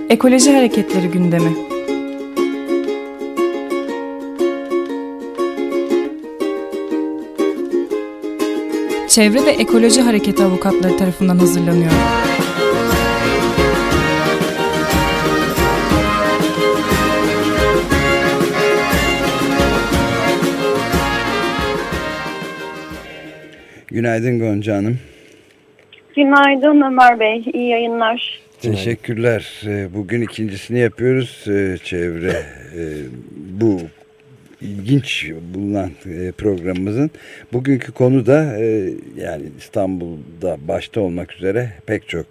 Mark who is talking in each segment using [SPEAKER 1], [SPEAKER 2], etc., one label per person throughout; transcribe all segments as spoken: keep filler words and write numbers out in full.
[SPEAKER 1] Ekoloji hareketleri gündemi. Çevre ve Ekoloji Hareketi avukatları tarafından hazırlanıyor.
[SPEAKER 2] Günaydın Gonca Hanım.
[SPEAKER 3] Günaydın Ömer Bey, iyi yayınlar.
[SPEAKER 2] Teşekkürler. Bugün ikincisini yapıyoruz. Çevre bu ilginç bulunan programımızın. Bugünkü konu da yani İstanbul'da başta olmak üzere pek çok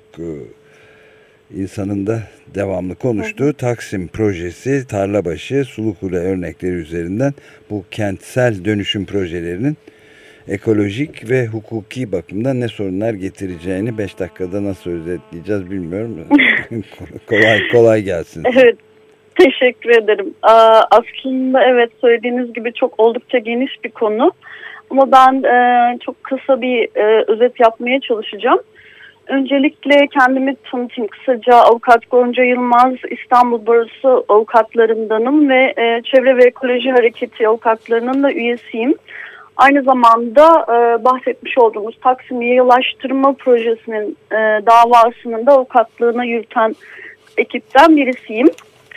[SPEAKER 2] insanın da devamlı konuştuğu Taksim projesi, Tarlabaşı, Sulukule örnekleri üzerinden bu kentsel dönüşüm projelerinin ekolojik ve hukuki bakımdan ne sorunlar getireceğini beş dakikada nasıl özetleyeceğiz bilmiyorum. kolay kolay gelsin.
[SPEAKER 3] Evet, teşekkür ederim. Aslında evet söylediğiniz gibi çok oldukça geniş bir konu. Ama ben çok kısa bir özet yapmaya çalışacağım. Öncelikle kendimi tanıtayım kısaca. Avukat Gonca Yılmaz, İstanbul Barosu avukatlarındanım ve Çevre ve Ekoloji Hareketi avukatlarının da üyesiyim. Aynı zamanda e, bahsetmiş olduğumuz Taksim Yayalaştırma Projesi'nin e, davasının da avukatlığını yürüten ekipten birisiyim.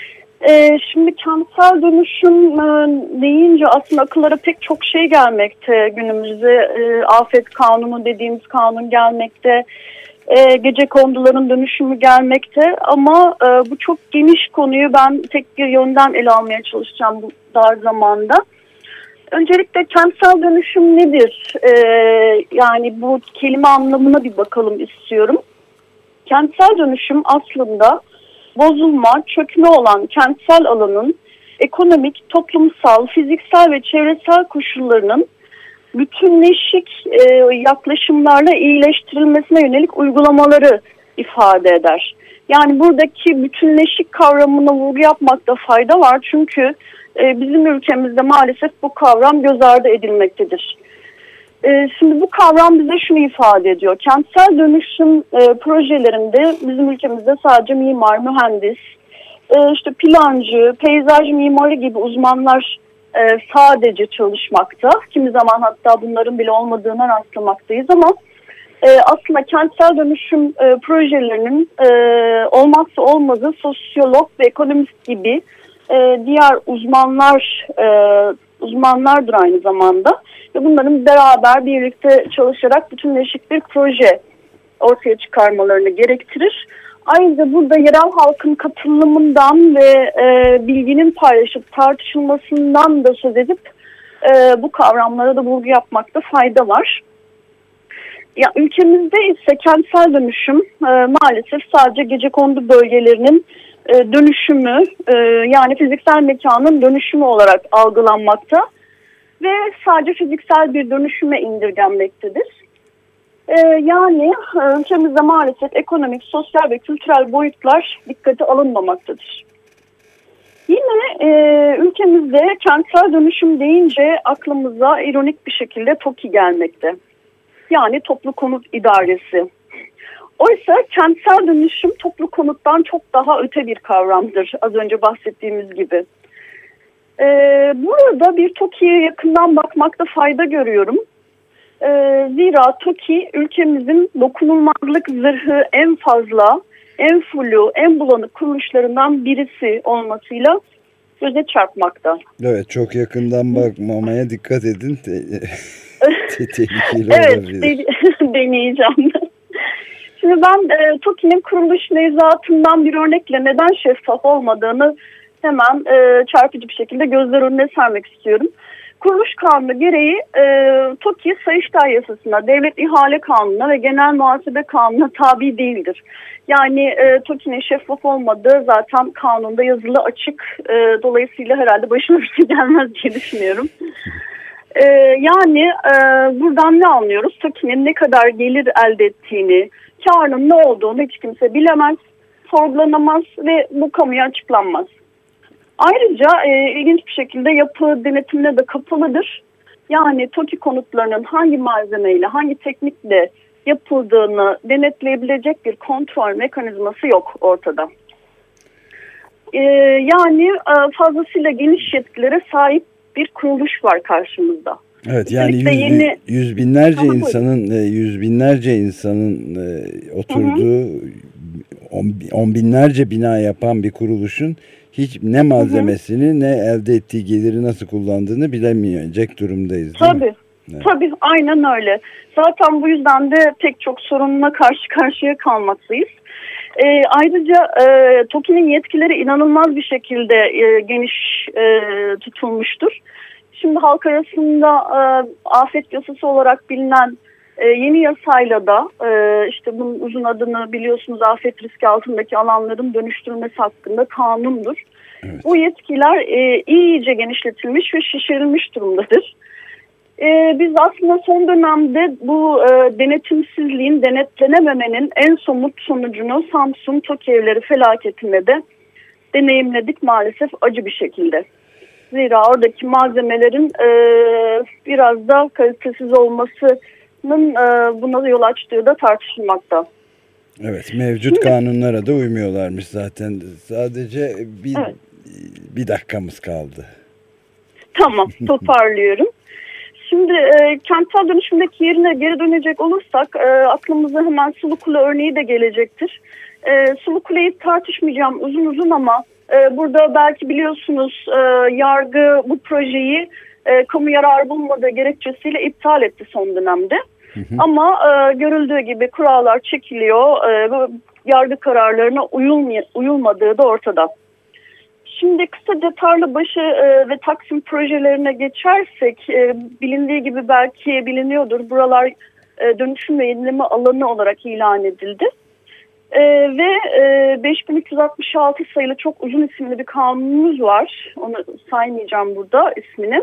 [SPEAKER 3] E, şimdi kentsel dönüşüm e, deyince aslında akıllara pek çok şey gelmekte günümüzde. E, afet kanunu dediğimiz kanun gelmekte, e, gecekonduların dönüşümü gelmekte ama e, bu çok geniş konuyu ben tek bir yönden ele almaya çalışacağım bu dar zamanda. Öncelikle kentsel dönüşüm nedir? Ee, yani bu kelime anlamına bir bakalım istiyorum. Kentsel dönüşüm aslında bozulma, çökme olan kentsel alanın ekonomik, toplumsal, fiziksel ve çevresel koşullarının bütünleşik e, yaklaşımlarla iyileştirilmesine yönelik uygulamaları ifade eder. Yani buradaki bütünleşik kavramına vurgu yapmakta fayda var çünkü bizim ülkemizde maalesef bu kavram göz ardı edilmektedir. Şimdi bu kavram bize şunu ifade ediyor. Kentsel dönüşüm projelerinde bizim ülkemizde sadece mimar, mühendis, işte plancı, peyzaj mimarı gibi uzmanlar sadece çalışmakta. Kimi zaman hatta bunların bile olmadığına rastlamaktayız ama aslında kentsel dönüşüm projelerinin olmazsa olmazı sosyolog ve ekonomist gibi Ee, diğer uzmanlar e, uzmanlardır aynı zamanda ve bunların beraber birlikte çalışarak bütünleşik bir proje ortaya çıkarmalarını gerektirir. Ayrıca burada yerel halkın katılımından ve e, bilginin paylaşıp tartışılmasından da söz edip e, bu kavramlara da vurgu yapmakta fayda var. Ya, ülkemizde ise kentsel dönüşüm e, maalesef sadece gecekondu bölgelerinin dönüşümü yani fiziksel mekanın dönüşümü olarak algılanmakta ve sadece fiziksel bir dönüşüme indirgenmektedir. Yani ülkemizde maalesef ekonomik, sosyal ve kültürel boyutlar dikkate alınmamaktadır. Yine ülkemizde kentsel dönüşüm deyince aklımıza ironik bir şekilde TOKİ gelmekte. Yani Toplu Konut İdaresi. Oysa kentsel dönüşüm toplu konuttan çok daha öte bir kavramdır. Az önce bahsettiğimiz gibi. Ee, burada bir TOKİ'ye yakından bakmakta fayda görüyorum. Ee, zira TOKİ ülkemizin dokunulmazlık zırhı en fazla, en flu, en bulanık kuruluşlarından birisi olmasıyla göze çarpmakta.
[SPEAKER 2] Evet, çok yakından bakmamaya dikkat edin. Tehlikeli
[SPEAKER 3] evet,
[SPEAKER 2] olabilir.
[SPEAKER 3] Evet, deneyeceğim. Şimdi ben e, TOKİ'nin kuruluş nevzatından bir örnekle neden şeffaf olmadığını hemen e, çarpıcı bir şekilde gözler önüne sermek istiyorum. Kuruluş kanunu gereği e, TOKİ Sayıştay Yasası'na, Devlet İhale Kanunu'na ve Genel Muhasebe Kanunu'na tabi değildir. Yani e, TOKİ'nin şeffaf olmadığı zaten kanunda yazılı açık. E, dolayısıyla herhalde başına bir şey gelmez diye düşünüyorum. E, yani e, buradan ne anlıyoruz? TOKİ'nin ne kadar gelir elde ettiğini, karının ne olduğunu hiç kimse bilemez, sorgulanamaz ve bu kamuya açıklanmaz. Ayrıca e, ilginç bir şekilde yapı denetimine de kapalıdır. Yani TOKİ konutlarının hangi malzemeyle, hangi teknikle yapıldığını denetleyebilecek bir kontrol mekanizması yok ortada. E, yani e, fazlasıyla geniş yetkilere sahip bir kuruluş var karşımızda.
[SPEAKER 2] Evet, yani yüz, yeni... yüz binlerce Aha, insanın yüz binlerce insanın oturduğu, hı hı. On, on binlerce bina yapan bir kuruluşun hiç ne malzemesini, hı hı. ne elde ettiği geliri nasıl kullandığını bilemeyecek durumdayız.
[SPEAKER 3] Tabii. Evet. Tabii, aynen öyle. Zaten bu yüzden de pek çok sorunla karşı karşıya kalmaktayız. E, ayrıca e, TOKİ'nin yetkileri inanılmaz bir şekilde e, geniş e, tutulmuştur. Şimdi halk arasında e, afet yasası olarak bilinen e, yeni yasayla da e, işte bunun uzun adını biliyorsunuz, afet riski altındaki alanların dönüştürülmesi hakkında kanundur. Evet. Bu yetkiler e, iyice genişletilmiş ve şişirilmiş durumdadır. E, biz aslında son dönemde bu e, denetimsizliğin, denetlenememenin en somut sonucunu Samsun TOKİ evleri felaketinde de deneyimledik maalesef acı bir şekilde. Zira oradaki malzemelerin e, biraz da kalitesiz olmasının e, buna yol açtığı da tartışılmakta.
[SPEAKER 2] Evet, mevcut Şimdi, kanunlara da uymuyorlarmış zaten. Sadece bir, evet. bir dakikamız kaldı.
[SPEAKER 3] Tamam, toparlıyorum. Şimdi e, kentsel dönüşümdeki yerine geri dönecek olursak e, aklımıza hemen Sulukule örneği de gelecektir. E, Sulukule'yi tartışmayacağım uzun uzun ama e, burada belki biliyorsunuz e, yargı bu projeyi e, kamu yararı bulmadığı gerekçesiyle iptal etti son dönemde. Hı hı. Ama e, görüldüğü gibi kurallar çekiliyor, e, bu yargı kararlarına uyulmay- uyulmadığı da ortada. Şimdi kısaca Tarlabaşı e, ve Taksim projelerine geçersek, e, bilindiği gibi belki biliniyordur, buralar e, dönüşüm ve yenileme alanı olarak ilan edildi. E, ve e, beş bin üç yüz altmış altı sayılı çok uzun isimli bir kanunumuz var, onu saymayacağım burada ismini.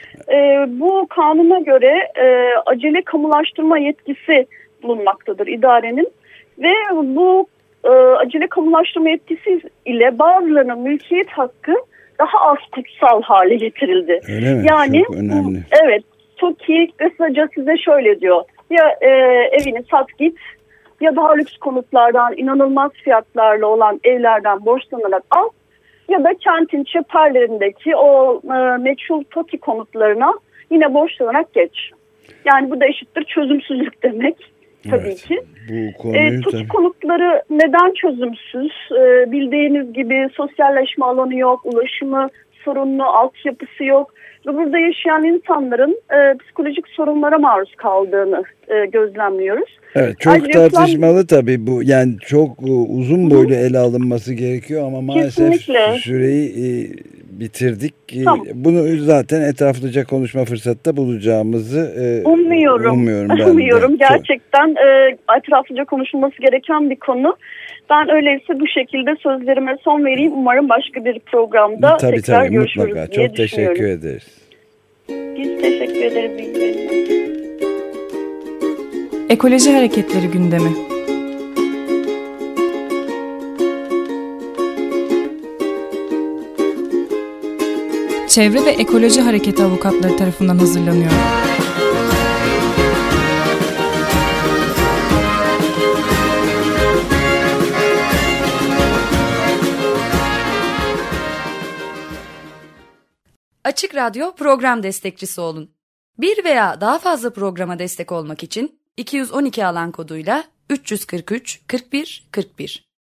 [SPEAKER 3] E, bu kanuna göre e, acele kamulaştırma yetkisi bulunmaktadır idarenin ve bu e, acele kamulaştırma yetkisi ile bazılarının mülkiyet hakkı daha az kutsal hale getirildi.
[SPEAKER 2] Öyle mi?
[SPEAKER 3] Yani
[SPEAKER 2] çok önemli.
[SPEAKER 3] Evet, TOKİ kısaca size şöyle diyor: ya e, evini sat git ya daha lüks konutlardan inanılmaz fiyatlarla olan evlerden borçlanarak al, ya da kentin çeperlerindeki o e, meçhul TOKİ konutlarına yine borçlanarak geç. Yani bu da eşittir çözümsüzlük demek tabii evet, ki.
[SPEAKER 2] Bu konuyu e,
[SPEAKER 3] TOKİ
[SPEAKER 2] tabii.
[SPEAKER 3] konutları neden çözümsüz? E, bildiğiniz gibi sosyalleşme alanı yok, ulaşımı sorunlu, altyapısı yok. Ve burada yaşayan insanların e, psikolojik sorunlara maruz kaldığını e, gözlemliyoruz.
[SPEAKER 2] Evet, çok Ayrıca tartışmalı yapılan... tabii bu. Yani çok uzun boylu Hı-hı. ele alınması gerekiyor ama maalesef Kesinlikle. süreyi e, bitirdik. Tamam. Bunu zaten etraflıca konuşma fırsatı da bulacağımızı e,
[SPEAKER 3] umuyorum.
[SPEAKER 2] Umuyorum, ben
[SPEAKER 3] umuyorum. Gerçekten e, etraflıca konuşulması gereken bir konu. Ben öyleyse bu şekilde sözlerime son vereyim. Umarım başka bir programda tabii, tekrar tabii, görüşürüz mutlaka. diye
[SPEAKER 2] Çok teşekkür ederiz.
[SPEAKER 3] Biz teşekkür ederiz bilgileriniz.
[SPEAKER 1] Ekoloji Hareketleri gündemi. Çevre ve Ekoloji Hareketi avukatları tarafından hazırlanıyor.
[SPEAKER 4] Açık Radyo program destekçisi olun. Bir veya daha fazla programa destek olmak için iki yüz on iki alan koduyla üç yüz kırk üç kırk bir kırk bir